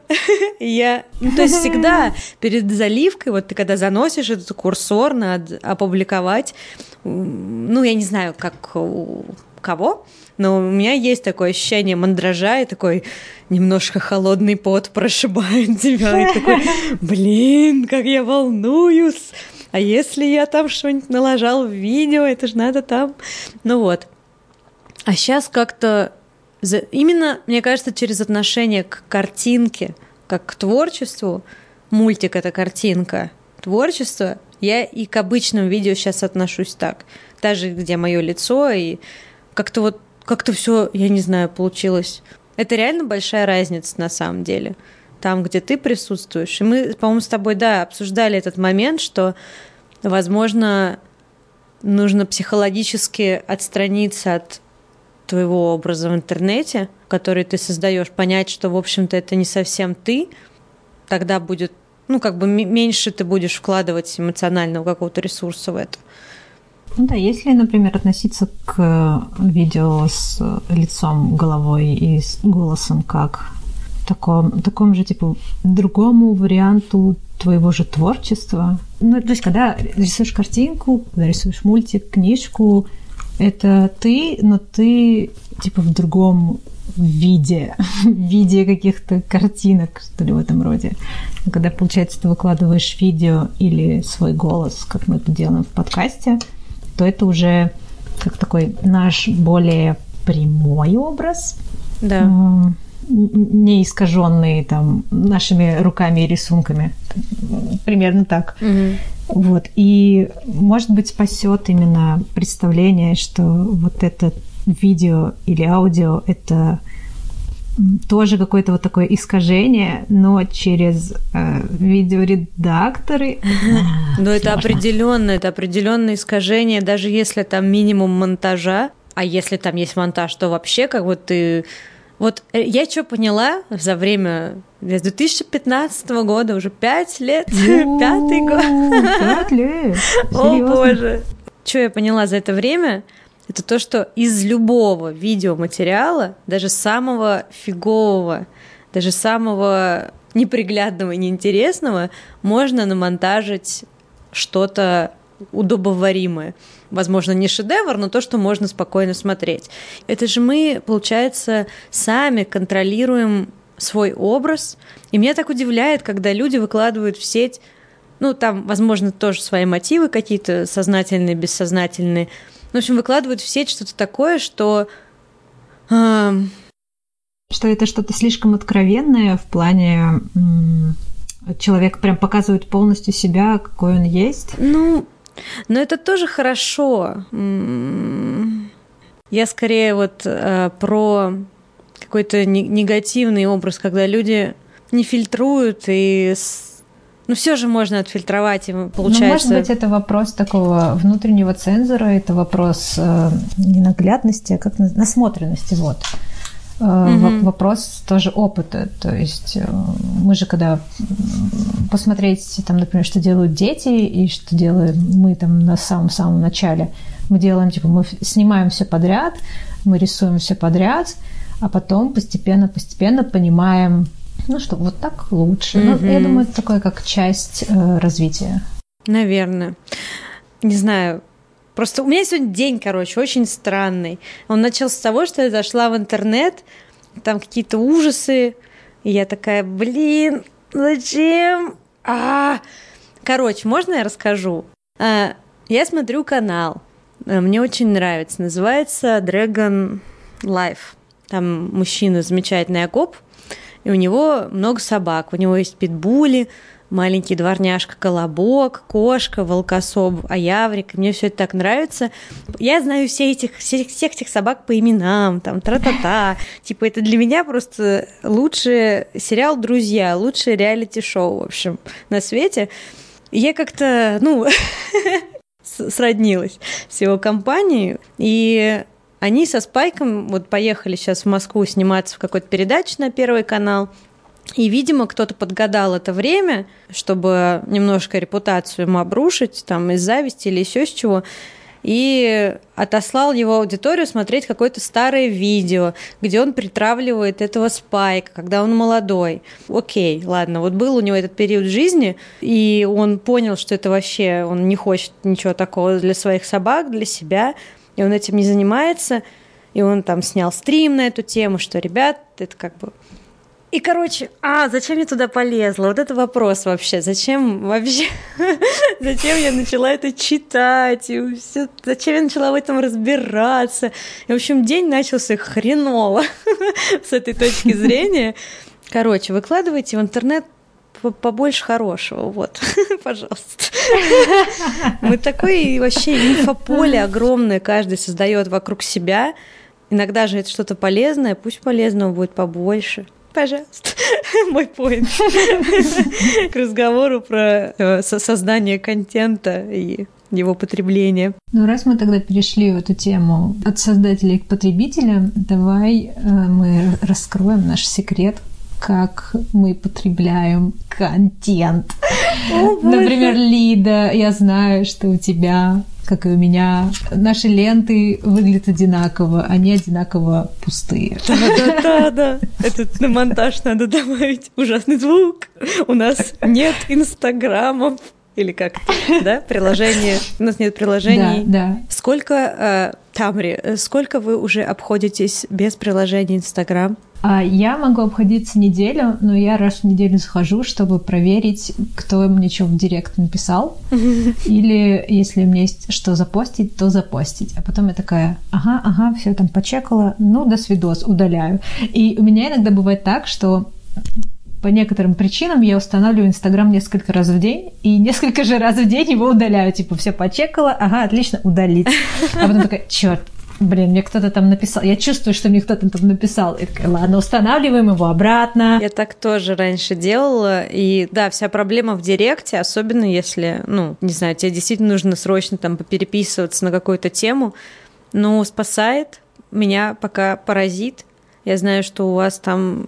То есть всегда перед заливкой, вот ты когда заносишь этот курсор, надо опубликовать, ну, я не знаю, как у кого, но у меня есть такое ощущение мандража, и такой немножко холодный пот прошибает тебя, и такой, блин, как я волнуюсь, а если я там что-нибудь налажал в видео, это же надо там, ну вот. А сейчас как-то именно, мне кажется, через отношение к картинке, как к творчеству, мультик — это картинка, творчество, я и к обычным видео сейчас отношусь так. Даже где мое лицо, и как-то все, я не знаю, получилось. Это реально большая разница на самом деле. Там, где ты присутствуешь. И мы, по-моему, с тобой, да, обсуждали этот момент, что, возможно, нужно психологически отстраниться от твоего образа в интернете, который ты создаешь, понять, что, в общем-то, это не совсем ты, тогда будет ну, как бы меньше ты будешь вкладывать эмоционального какого-то ресурса в это. Ну да, если, например, относиться к видео с лицом, головой и с голосом как такому же, типа, другому варианту твоего же творчества. Ну, то есть, когда рисуешь картинку, когда рисуешь мультик, книжку, это ты, но ты, типа, в другом виде, в виде каких-то картинок, что ли, в этом роде. А когда, получается, ты выкладываешь видео или свой голос, как мы это делаем в подкасте, то это уже как такой наш более прямой образ, да. Не искаженный там нашими руками и рисунками. Примерно так. Угу. Вот. И, может быть, спасет именно представление, что вот это видео или аудио — это тоже какое-то вот такое искажение, но через видеоредакторы. Но это определенное искажение, даже если там минимум монтажа, а если там есть монтаж, то вообще как бы ты... Вот я что поняла за время с 2015 года, уже 5 лет, 5-й год. 5 лет. О, боже. Что я поняла за это время? Это то, что из любого видеоматериала, даже самого фигового, даже самого неприглядного и неинтересного, можно намонтажить что-то удобоваримое. Возможно, не шедевр, но то, что можно спокойно смотреть. Это же мы, получается, сами контролируем свой образ. И меня так удивляет, когда люди выкладывают в сеть, ну, там, возможно, тоже свои мотивы какие-то сознательные, бессознательные. В общем, выкладывают в сеть что-то такое, что... Что это что-то слишком откровенное в плане... Человек прям показывает полностью себя, какой он есть. Ну, но это тоже хорошо. Я скорее вот про какой-то негативный образ, когда люди не фильтруют, и ну все же можно отфильтровать, и получается... Ну, может быть, это вопрос такого внутреннего цензора, это вопрос не наглядности, а как насмотренности, вот. Вопрос тоже опыта. То есть мы же, когда посмотреть, там, например, что делают дети и что делаем мы там на самом-самом начале, мы делаем, типа, мы снимаем все подряд, мы рисуем все подряд, а потом постепенно понимаем, ну, что вот так лучше. Ну, я думаю, это такое, как часть развития. Наверное. Не знаю. Просто у меня сегодня день, короче, очень странный. Он начался с того, что я зашла в интернет, там какие-то ужасы, и я такая, блин, зачем? Короче, можно я расскажу? Я смотрю канал, мне очень нравится, называется Dragon Life. Там мужчина замечательный окоп, и у него много собак, у него есть питбули, маленький дворняжка Колобок, кошка, волкособ, аяврик. Мне все это так нравится. Я знаю всех этих собак по именам, там, тра-та-та. Типа, это для меня просто лучший сериал «Друзья», лучшее реалити-шоу, в общем, на свете. И я как-то, ну, сроднилась с его компанией. И они со Спайком вот поехали сейчас в Москву сниматься в какой-то передаче на Первый канал. И, видимо, кто-то подгадал это время, чтобы немножко репутацию ему обрушить, там, из зависти или еще с чего, и отослал его аудиторию смотреть какое-то старое видео, где он притравливает этого Спайка, когда он молодой. Окей, ладно, вот был у него этот период жизни, и он понял, что это вообще, он не хочет ничего такого для своих собак, для себя, и он этим не занимается, и он там снял стрим на эту тему, что, ребят, это как бы... И, короче, зачем я туда полезла? Вот это вопрос вообще. Зачем я начала это читать? И все, зачем я начала в этом разбираться? И, в общем, день начался хреново с этой точки зрения. Короче, выкладывайте в интернет побольше хорошего, вот, пожалуйста. Мы такое вообще инфополе огромное каждый создает вокруг себя. Иногда же это что-то полезное, пусть полезного будет побольше. Пожалуйста, мой поинт к разговору про создание контента и его потребление. Ну, раз мы тогда перешли в эту тему от создателей к потребителям, давай мы раскроем наш секрет, как мы потребляем контент. Например, Лида, я знаю, что у тебя, как и у меня, наши ленты выглядят одинаково, они одинаково пустые. Да. Это на монтаж надо добавить ужасный звук. У нас нет инстаграмов. Или как это, да? Приложение. У нас нет приложений. Да. Сколько, Тамри, сколько вы уже обходитесь без приложения Инстаграм? Я могу обходиться неделю, но я раз в неделю захожу, чтобы проверить, кто мне что в директ написал. Или если у меня есть что запостить, то запостить. А потом я такая, ага, все там почекала, до свидос, удаляю. И у меня иногда бывает так, что по некоторым причинам я устанавливаю Инстаграм несколько раз в день, и несколько же раз в день его удаляю. Типа, все почекала, ага, отлично, удалить. А потом такая, черт, мне кто-то там написал. Я чувствую, что мне кто-то там написал. И такая, ладно, устанавливаем его обратно. Я так тоже раньше делала. И да, вся проблема в директе, особенно если, не знаю, тебе действительно нужно срочно там попереписываться на какую-то тему. Но спасает меня пока паразит. Я знаю, что у вас там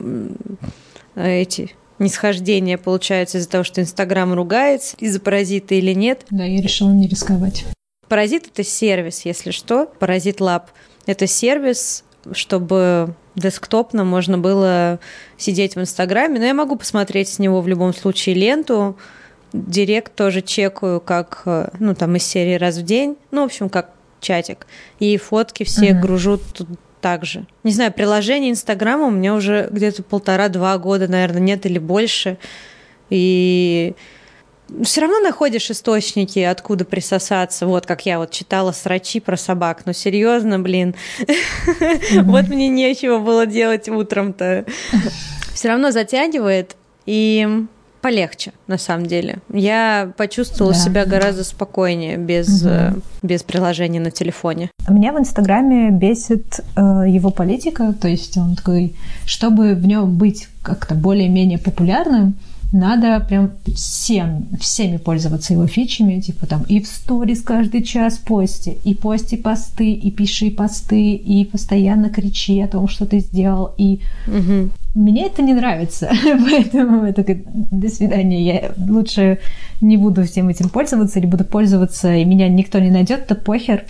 эти нисхождения получаются из-за того, что Инстаграм ругается, из-за паразита или нет. Да, я решила не рисковать. Паразит — это сервис, если что. Паразит Lab — это сервис, чтобы десктопно можно было сидеть в Инстаграме. Но я могу посмотреть с него в любом случае ленту. Директ тоже чекаю, как, там из серии раз в день. В общем, как чатик. И фотки все гружу тут также. Не знаю, приложение Инстаграма у меня уже где-то 1,5-2 года, наверное, нет или больше. И все равно находишь источники, откуда присосаться. Вот как я читала срачи про собак. Ну, серьезно, блин. Вот мне нечего было делать утром-то. Все равно затягивает, и полегче, на самом деле. Я почувствовала себя гораздо спокойнее без приложения на телефоне. Меня в Инстаграме бесит его политика, то есть он такой, чтобы в нем быть как-то более-менее популярным, надо прям всеми пользоваться его фичами, типа там и в сторис каждый час пости посты, и пиши посты, и постоянно кричи о том, что ты сделал, и мне это не нравится, поэтому я такая, до свидания, я лучше не буду всем этим пользоваться, или буду пользоваться, и меня никто не найдет, то похер.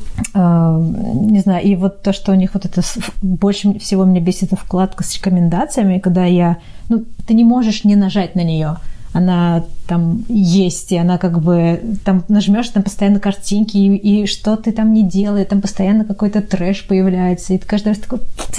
Не знаю, и вот то, что у них вот это больше всего меня бесит, это вкладка с рекомендациями, когда ты не можешь не нажать на нее. Она там есть, и она как бы там нажмешь, там постоянно картинки, и что ты там не делаешь, там постоянно какой-то трэш появляется, и ты каждый раз такой,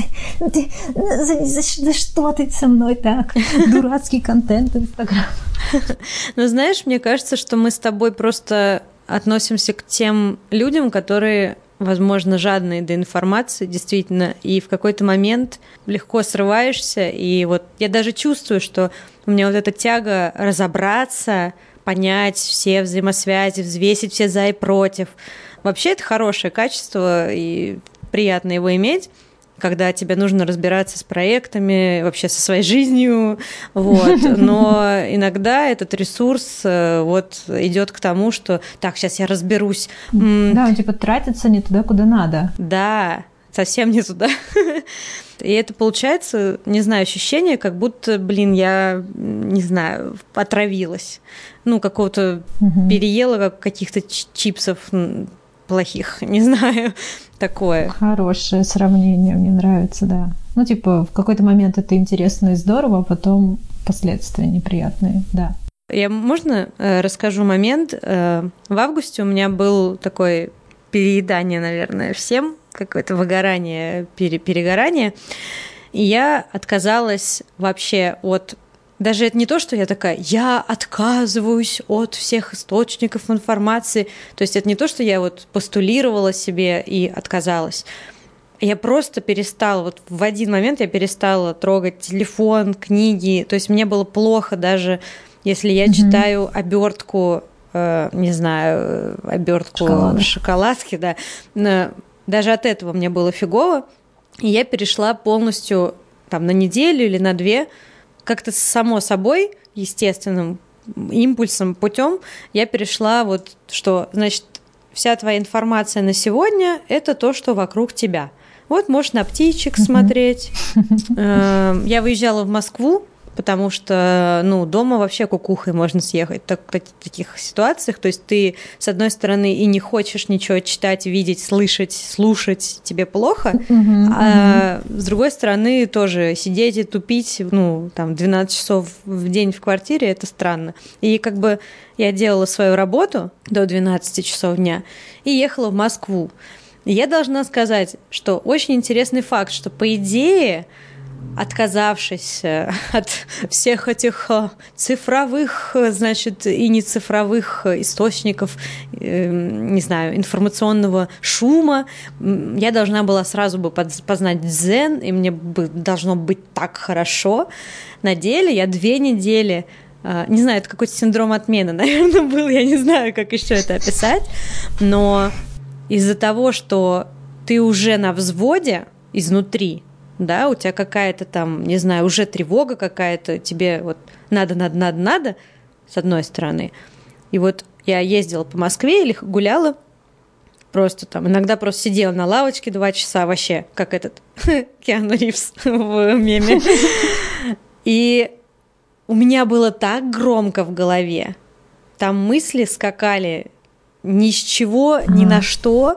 за что ты со мной так? Дурацкий контент Инстаграм. Ну, знаешь, мне кажется, что мы с тобой просто относимся к тем людям, которые, возможно, жадные до информации, действительно, и в какой-то момент легко срываешься, и вот я даже чувствую, что у меня вот эта тяга разобраться, понять все взаимосвязи, взвесить все за и против. Вообще это хорошее качество, и приятно его иметь, когда тебе нужно разбираться с проектами, вообще со своей жизнью, вот. Но иногда этот ресурс идет к тому, что так, сейчас я разберусь. Да, он тратится не туда, куда надо. Да, совсем не туда. И это получается, не знаю, ощущение, как будто, я, не знаю, отравилась. Какого-то переела каких-то чипсов плохих, не знаю, такое. Хорошее сравнение, мне нравится, да. В какой-то момент это интересно и здорово, а потом последствия неприятные, да. Я, можно, расскажу момент? В августе у меня был такой переедание, наверное, всем, какое-то выгорание, перегорание, и я отказалась вообще от... Даже это не то, что я такая, я отказываюсь от всех источников информации. То есть это не то, что я постулировала себе и отказалась. Я просто перестала, в один момент я перестала трогать телефон, книги. То есть мне было плохо даже, если я читаю обертку, не знаю, обертку шоколадки, да. Даже от этого мне было фигово. И я перешла полностью на неделю или на 2, как-то само собой, естественным импульсом, путем я перешла что, значит, вся твоя информация на сегодня – это то, что вокруг тебя. Вот можешь на птичек смотреть. Я выезжала в Москву, потому что, дома вообще кукухой можно съехать в таких ситуациях. То есть ты, с одной стороны, и не хочешь ничего читать, видеть, слушать, тебе плохо, а с другой стороны, тоже сидеть и тупить, 12 часов в день в квартире, это странно. И как бы я делала свою работу до 12 часов дня и ехала в Москву. И я должна сказать, что очень интересный факт, что, по идее, отказавшись от всех этих цифровых, значит, и нецифровых источников, не знаю, информационного шума, я должна была сразу бы познать дзен, и мне должно быть так хорошо. На деле я 2 недели, не знаю, это какой-то синдром отмены, наверное, был, я не знаю, как еще это описать, но из-за того, что ты уже на взводе изнутри, да, у тебя какая-то там, не знаю, уже тревога какая-то, тебе вот надо, с одной стороны. И вот я ездила по Москве или гуляла, просто там, иногда просто сидела на лавочке 2 часа, вообще, как этот Киану Ривз в меме. И у меня было так громко в голове, там мысли скакали ни с чего, ни на что,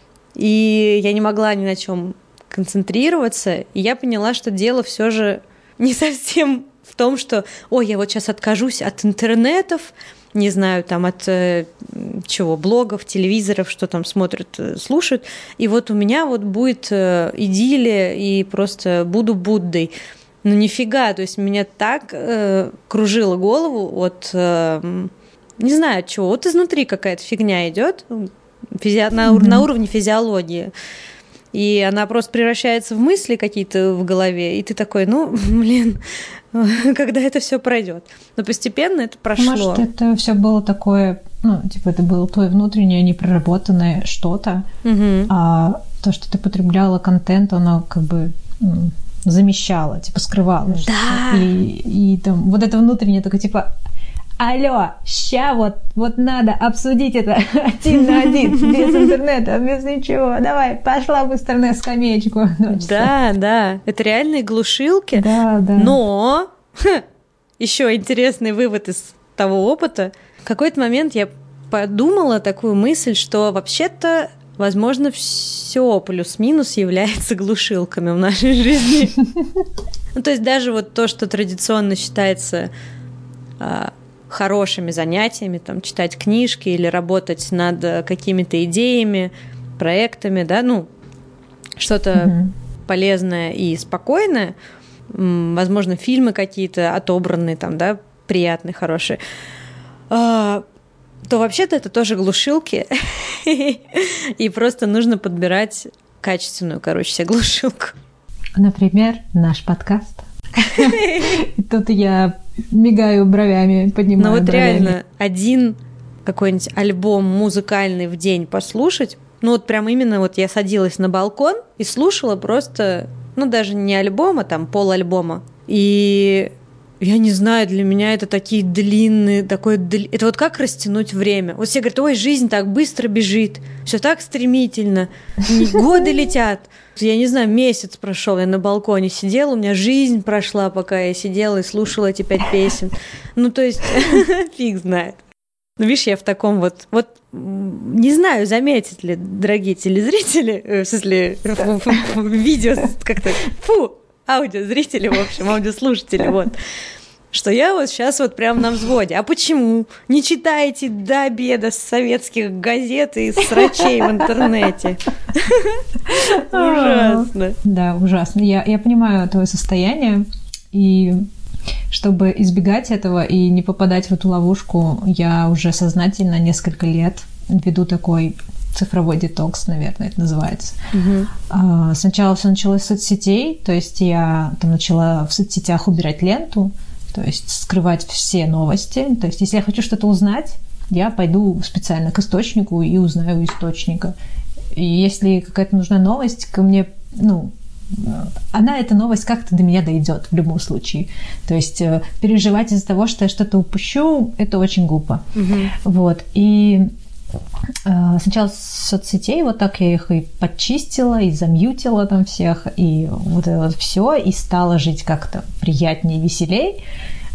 и я не могла ни на чем концентрироваться, и я поняла, что дело все же не совсем в том, что, я вот сейчас откажусь от интернетов, не знаю, там от блогов, телевизоров, что там смотрят, слушают, и вот у меня вот будет идиллия, и просто буду Буддой. Ну нифига, то есть меня так кружило голову от, не знаю от чего, вот изнутри какая-то фигня идет на уровне физиологии. И она просто превращается в мысли какие-то в голове, и ты такой, когда это все пройдет. Но постепенно это прошло. Может, это все было такое, это было твое внутреннее непроработанное что-то, а то, что ты потребляла контент, оно как бы замещало, скрывало. Да. И там вот это внутреннее такое, алло, ща вот надо обсудить это 1 на 1, без интернета, без ничего. Давай, пошла быстро на скамеечку. Да, это реальные глушилки. Да. Но еще интересный вывод из того опыта. В какой-то момент я подумала такую мысль, что вообще-то, возможно, все плюс-минус является глушилками в нашей жизни. То есть даже вот то, что традиционно считается хорошими занятиями, там, читать книжки или работать над какими-то идеями, проектами, да, что-то полезное и спокойное, возможно, фильмы какие-то отобранные, там, да, приятные, хорошие, то вообще-то это тоже глушилки, и просто нужно подбирать качественную, себе глушилку. Например, наш подкаст. Тут я мигаю бровями, поднимаю бровями. Реально, один какой-нибудь альбом музыкальный в день послушать, прям именно я садилась на балкон и слушала просто, даже не альбом, а там полальбома. И я не знаю, для меня это такие длинные, это вот как растянуть время. Вот все говорят, ой, жизнь так быстро бежит, все так стремительно, годы летят. Я не знаю, месяц прошел, я на балконе сидела, у меня жизнь прошла, пока я сидела и слушала эти 5 песен. То есть, фиг знает. Видишь, я в таком вот, не знаю, заметят ли, дорогие телезрители, в смысле, видео как-то, аудиозрители, в общем, аудиослушатели, что я вот сейчас прям на взводе. А почему? Не читаете до обеда с советских газет и срачей в интернете. Ужасно. Да, ужасно. Я понимаю твое состояние, и чтобы избегать этого и не попадать в эту ловушку, я уже сознательно несколько лет веду такой цифровой детокс, наверное, это называется. Сначала все началось с соцсетей, то есть я там начала в соцсетях убирать ленту, то есть скрывать все новости. То есть если я хочу что-то узнать, я пойду специально к источнику и узнаю у источника. И если какая-то нужна новость, ко мне, эта новость как-то до меня дойдет в любом случае. То есть переживать из-за того, что я что-то упущу, это очень глупо. Вот. И сначала с соцсетей, вот так я их и подчистила, и замьютила там всех, и вот это вот все, и стала жить как-то приятнее и веселей.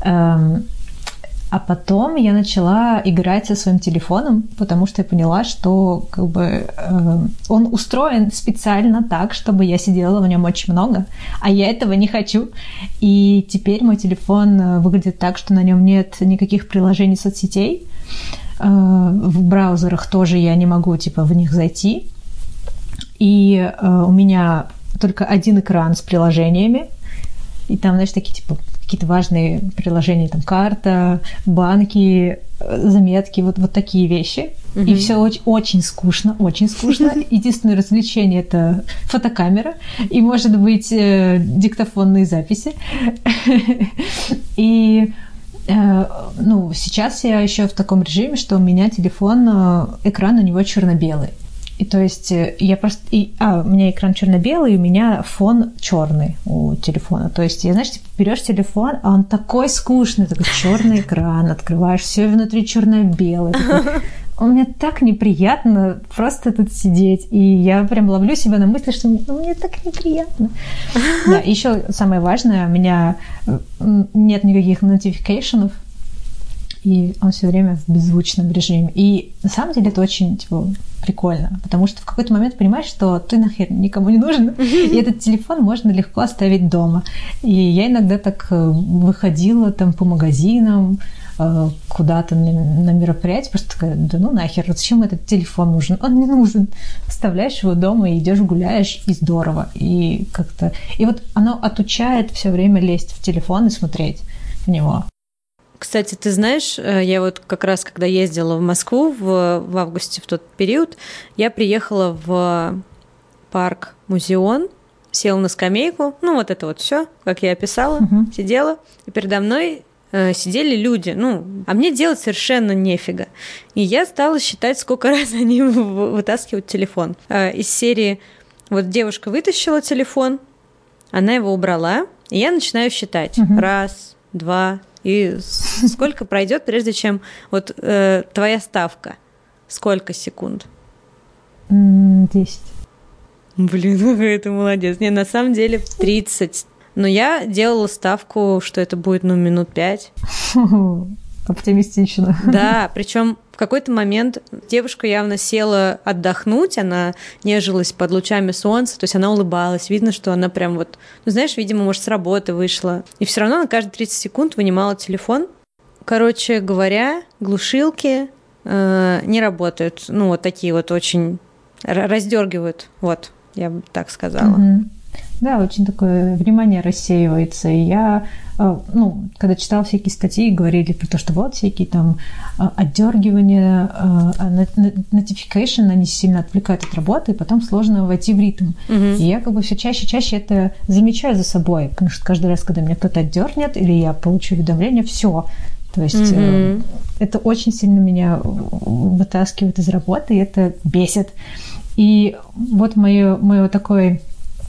А потом я начала играть со своим телефоном, потому что я поняла, что как бы он устроен специально так, чтобы я сидела в нем очень много, а я этого не хочу. И теперь мой телефон выглядит так, что на нем нет никаких приложений соцсетей. В браузерах тоже я не могу типа в них зайти. И у меня только один экран с приложениями. И там, знаешь, такие типа какие-то важные приложения, там карта, банки, заметки, вот такие вещи. И все очень скучно, очень скучно. Единственное развлечение — это фотокамера и, может быть, диктофонные записи. И сейчас я еще в таком режиме, что у меня телефон, экран у него черно-белый. И то есть я просто... у меня экран черно-белый, и у меня фон черный у телефона. То есть, знаешь, типа, берешь телефон, а он такой скучный, такой черный экран, открываешь, все внутри черно-белое. Мне так неприятно просто тут сидеть. И я прям ловлю себя на мысли, что мне так неприятно. Да, еще самое важное, у меня нет никаких notification'ов, и он все время в беззвучном режиме. И на самом деле это очень прикольно, потому что в какой-то момент понимаешь, что ты нахер никому не нужен, и этот телефон можно легко оставить дома. И я иногда так выходила там по магазинам, куда-то на мероприятие, просто такая, да ну нахер, зачем этот телефон нужен? Он не нужен. Оставляешь его дома и идешь гуляешь, и здорово. И как-то... И вот оно отучает все время лезть в телефон и смотреть в него. Кстати, ты знаешь, я вот как раз, когда ездила в Москву в августе, в тот период, я приехала в парк Музеон, села на скамейку, вот это вот все, как я описала, сидела, и передо мной сидели люди, а мне делать совершенно нефига. И я стала считать, сколько раз они вытаскивают телефон. Из серии, вот девушка вытащила телефон, она его убрала, и я начинаю считать. Раз, два... И сколько пройдет, прежде чем вот твоя ставка? Сколько секунд? 10. Блин, какая ты молодец. Не, на самом деле 30. Но я делала ставку, что это будет, минут 5. Оптимистично. Да, причем в какой-то момент девушка явно села отдохнуть, она нежилась под лучами солнца, то есть она улыбалась, видно, что она прям вот, знаешь, видимо, может, с работы вышла. И все равно на каждые 30 секунд вынимала телефон. Короче говоря, глушилки не работают. Вот такие вот очень раздергивают. Вот, я бы так сказала. Да, очень такое внимание рассеивается. И я, когда читала всякие статьи, говорили про то, что вот всякие там отдергивания, notification, они сильно отвлекают от работы, и потом сложно войти в ритм. И я все чаще и чаще это замечаю за собой, потому что каждый раз, когда меня кто-то отдернет, или я получу уведомление, все. То есть это очень сильно меня вытаскивает из работы, и это бесит. И вот мой такой...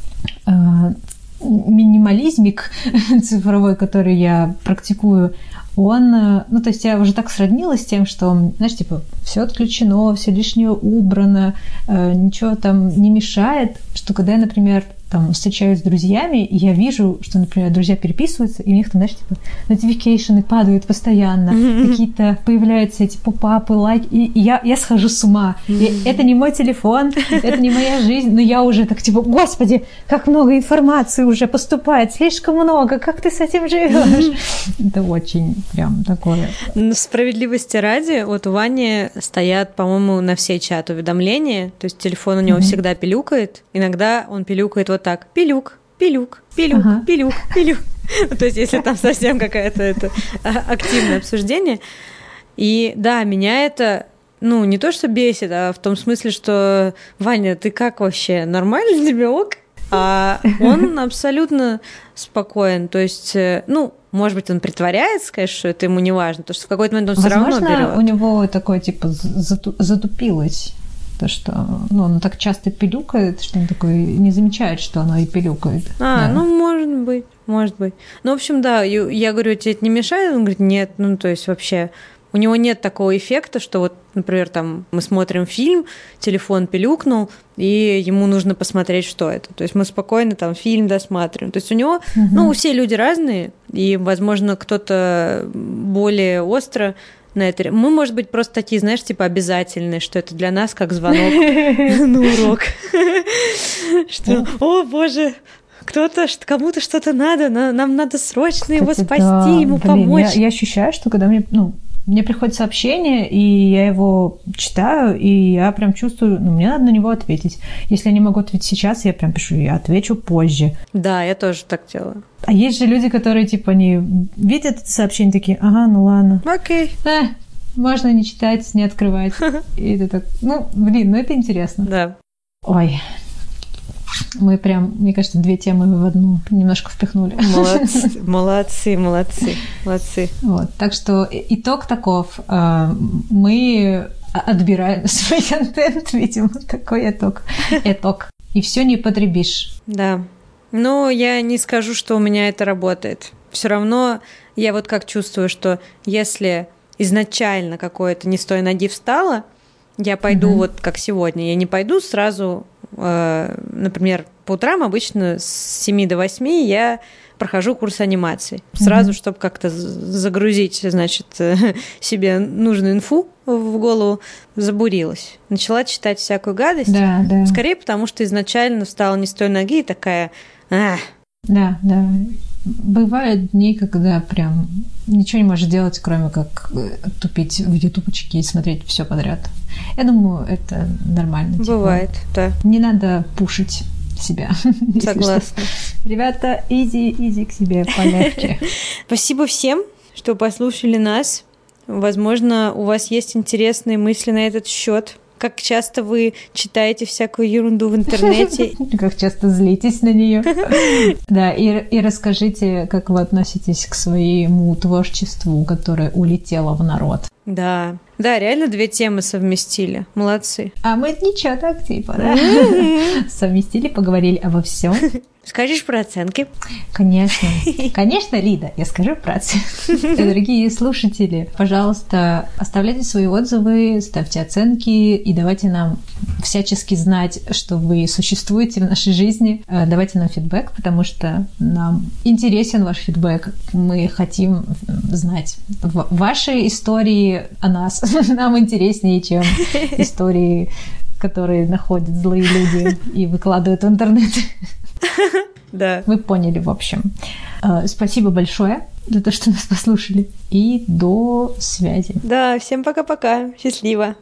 минимализмик цифровой, который я практикую, он, то есть я уже так сроднилась с тем, что, знаешь, типа, все отключено, все лишнее убрано, ничего там не мешает, что когда я, например, там встречаюсь с друзьями, и я вижу, что, например, друзья переписываются, и у них там, знаешь, типа, notification'ы падают постоянно, какие-то появляются эти поп-апы, лайки, и я схожу с ума. И это не мой телефон, это не моя жизнь, но я уже так, типа, господи, как много информации уже поступает, слишком много, как ты с этим живешь? Это очень прям такое. Справедливости ради, вот у Вани стоят, по-моему, на все чаты уведомления, то есть телефон у него всегда пилюкает, иногда он пилюкает вот так, пилюк, пилюк, пилюк, пилюк, пилюк. То есть если там совсем какое-то это активное обсуждение. И да, меня это, не то что бесит, а в том смысле, что, Ваня, ты как вообще, нормально тебе ок? А он абсолютно спокоен, то есть, может быть, он притворяется, конечно, что это ему не важно, потому что в какой-то момент он все равно берет. Возможно, у него такое, типа, затупилось. То, что он так часто пилюкает, что он такой не замечает, что оно и пилюкает. Может быть. В общем, да, я говорю, тебе это не мешает? Он говорит, нет, то есть вообще У него нет такого эффекта, что вот, например, там мы смотрим фильм, телефон пилюкнул, и ему нужно посмотреть, что это. То есть мы спокойно там фильм досматриваем. То есть у него, ну, все люди разные, и, возможно, кто-то более остро на это. Мы, может быть, просто такие, знаешь, типа обязательные, что это для нас как звонок на урок. Что, о, боже, кому-то что-то надо, нам надо срочно его спасти, ему помочь. Я ощущаю, что когда мне приходит сообщение, и я его читаю, и я прям чувствую, мне надо на него ответить. Если я не могу ответить сейчас, я прям пишу, я отвечу позже. Да, я тоже так делаю. А есть же люди, которые, типа, они видят это сообщение, такие, ага, ну ладно. Окей. Можно не читать, не открывать. И ты так, это интересно. Да. Ой, мы прям, мне кажется, 2 темы в одну немножко впихнули. Молодцы. Вот, так что итог таков. Мы отбираем свой контент, видимо, такой итог. И все не потребишь. Да. Но я не скажу, что у меня это работает. Все равно я вот как чувствую, что если изначально какое-то не с той ноги встала, я пойду вот как сегодня, я не пойду сразу, например, по утрам обычно с 7 до 8 я прохожу курс анимации. Сразу, чтобы как-то загрузить, значит, себе нужную инфу в голову, забурилась. Начала читать всякую гадость. Да. Скорее, потому что изначально встала не с той ноги и такая... Да. Бывают дни, когда прям ничего не можешь делать, кроме как тупить в ютубчике и смотреть все подряд. Я думаю, это нормально. Бывает, да. Не надо пушить себя. Согласна. Ребята, изи к себе, полегче. Спасибо всем, что послушали нас. Возможно, у вас есть интересные мысли на этот счет. Как часто вы читаете всякую ерунду в интернете? Как часто злитесь на нее? Да, и расскажите, как вы относитесь к своему творчеству, которое улетело в народ. Да, реально 2 темы совместили. Молодцы. А мы ничего так, типа, да? Совместили, поговорили обо всем. Скажешь про оценки? Конечно. Конечно, Лида, я скажу про оценки. Дорогие слушатели, пожалуйста, оставляйте свои отзывы, ставьте оценки и давайте нам всячески знать, что вы существуете в нашей жизни. Давайте нам фидбэк, потому что нам интересен ваш фидбэк. Мы хотим знать ваши истории о нас. Нам интереснее, чем истории, которые находят злые люди и выкладывают в интернет. Да. Вы поняли, в общем. Спасибо большое за то, что нас послушали. И до связи. Да, всем пока-пока. Счастливо.